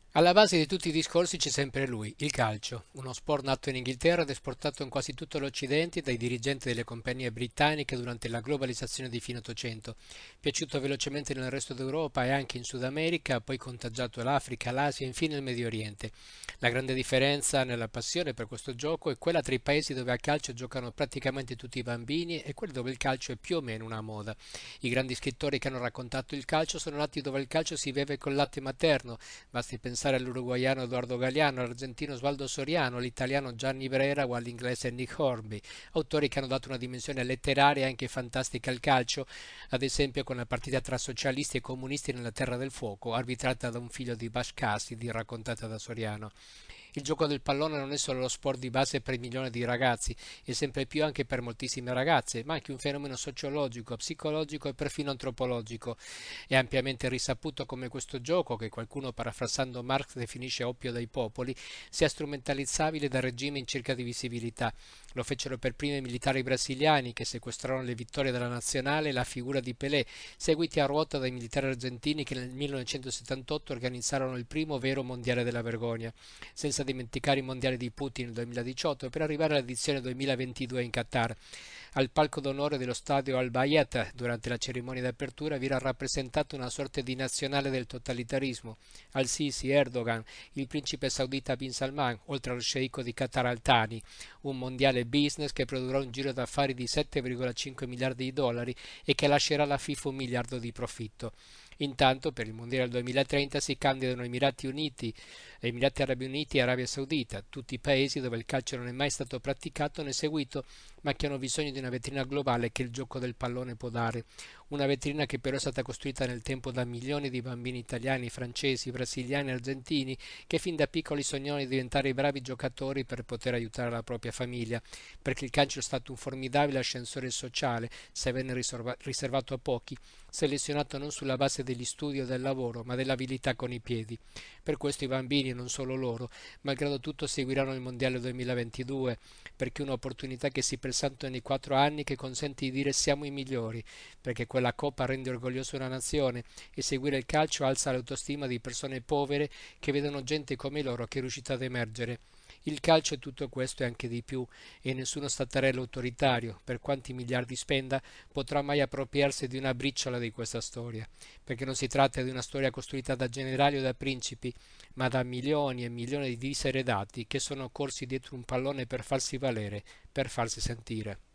Alla base di tutti i discorsi c'è sempre lui, il calcio, uno sport nato in Inghilterra ed esportato in quasi tutto l'Occidente dai dirigenti delle compagnie britanniche durante la globalizzazione di fine Ottocento, piaciuto velocemente nel resto d'Europa e anche in Sud America, poi contagiato l'Africa, l'Asia e infine il Medio Oriente. La grande differenza nella passione per questo gioco è quella tra i paesi dove a calcio giocano praticamente tutti i bambini e quelli dove il calcio è più o meno una moda. I grandi scrittori che hanno raccontato il calcio sono nati dove il calcio si beve col latte materno. Basti pensare all'uruguaiano Eduardo Galeano, all'argentino Osvaldo Soriano, all'italiano Gianni Brera o all'inglese Nick Hornby, autori che hanno dato una dimensione letteraria e anche fantastica al calcio, ad esempio con la partita tra socialisti e comunisti nella Terra del Fuoco, arbitrata da un figlio di Butch Cassidy, raccontata da Soriano. Il gioco del pallone non è solo lo sport di base per milioni di ragazzi, e sempre più anche per moltissime ragazze, ma anche un fenomeno sociologico, psicologico e perfino antropologico. È ampiamente risaputo come questo gioco, che qualcuno parafrasando Marx definisce oppio dei popoli, sia strumentalizzabile dal regime in cerca di visibilità. Lo fecero per primi i militari brasiliani che sequestrarono le vittorie della nazionale e la figura di Pelé, seguiti a ruota dai militari argentini che nel 1978 organizzarono il primo vero mondiale della vergogna, senza dimenticare i mondiali di Putin nel 2018 per arrivare all'edizione 2022 in Qatar. Al palco d'onore dello stadio Al Bayat, durante la cerimonia d'apertura, vi era rappresentata una sorta di nazionale del totalitarismo. Al-Sisi, Erdogan, il principe saudita Bin Salman, oltre allo sceicco di Qatar Al Thani, un mondiale business che produrrà un giro d'affari di 7,5 miliardi di dollari e che lascerà alla FIFA 1 miliardo di profitto. Intanto per il Mondiale 2030 si candidano Emirati Arabi Uniti e Arabia Saudita, tutti paesi dove il calcio non è mai stato praticato né seguito, ma che hanno bisogno di una vetrina globale che il gioco del pallone può dare. Una vetrina che però è stata costruita nel tempo da milioni di bambini italiani, francesi, brasiliani e argentini che fin da piccoli sognano di diventare bravi giocatori per poter aiutare la propria famiglia, perché il calcio è stato un formidabile ascensore sociale, sebbene riservato a pochi, selezionato non sulla base degli studi o del lavoro, ma dell'abilità con i piedi. Per questo i bambini, non solo loro, malgrado tutto seguiranno il Mondiale 2022, perché è un'opportunità che si presenta ogni 4 anni che consente di dire siamo i migliori, perché quella coppa rende orgogliosa una nazione e seguire il calcio alza l'autostima di persone povere che vedono gente come loro che è riuscita ad emergere. Il calcio è tutto questo e anche di più, e nessuno stattarello autoritario, per quanti miliardi spenda, potrà mai appropriarsi di una briciola di questa storia, perché non si tratta di una storia costruita da generali o da principi, ma da milioni e milioni di diseredati che sono corsi dietro un pallone per farsi valere, per farsi sentire.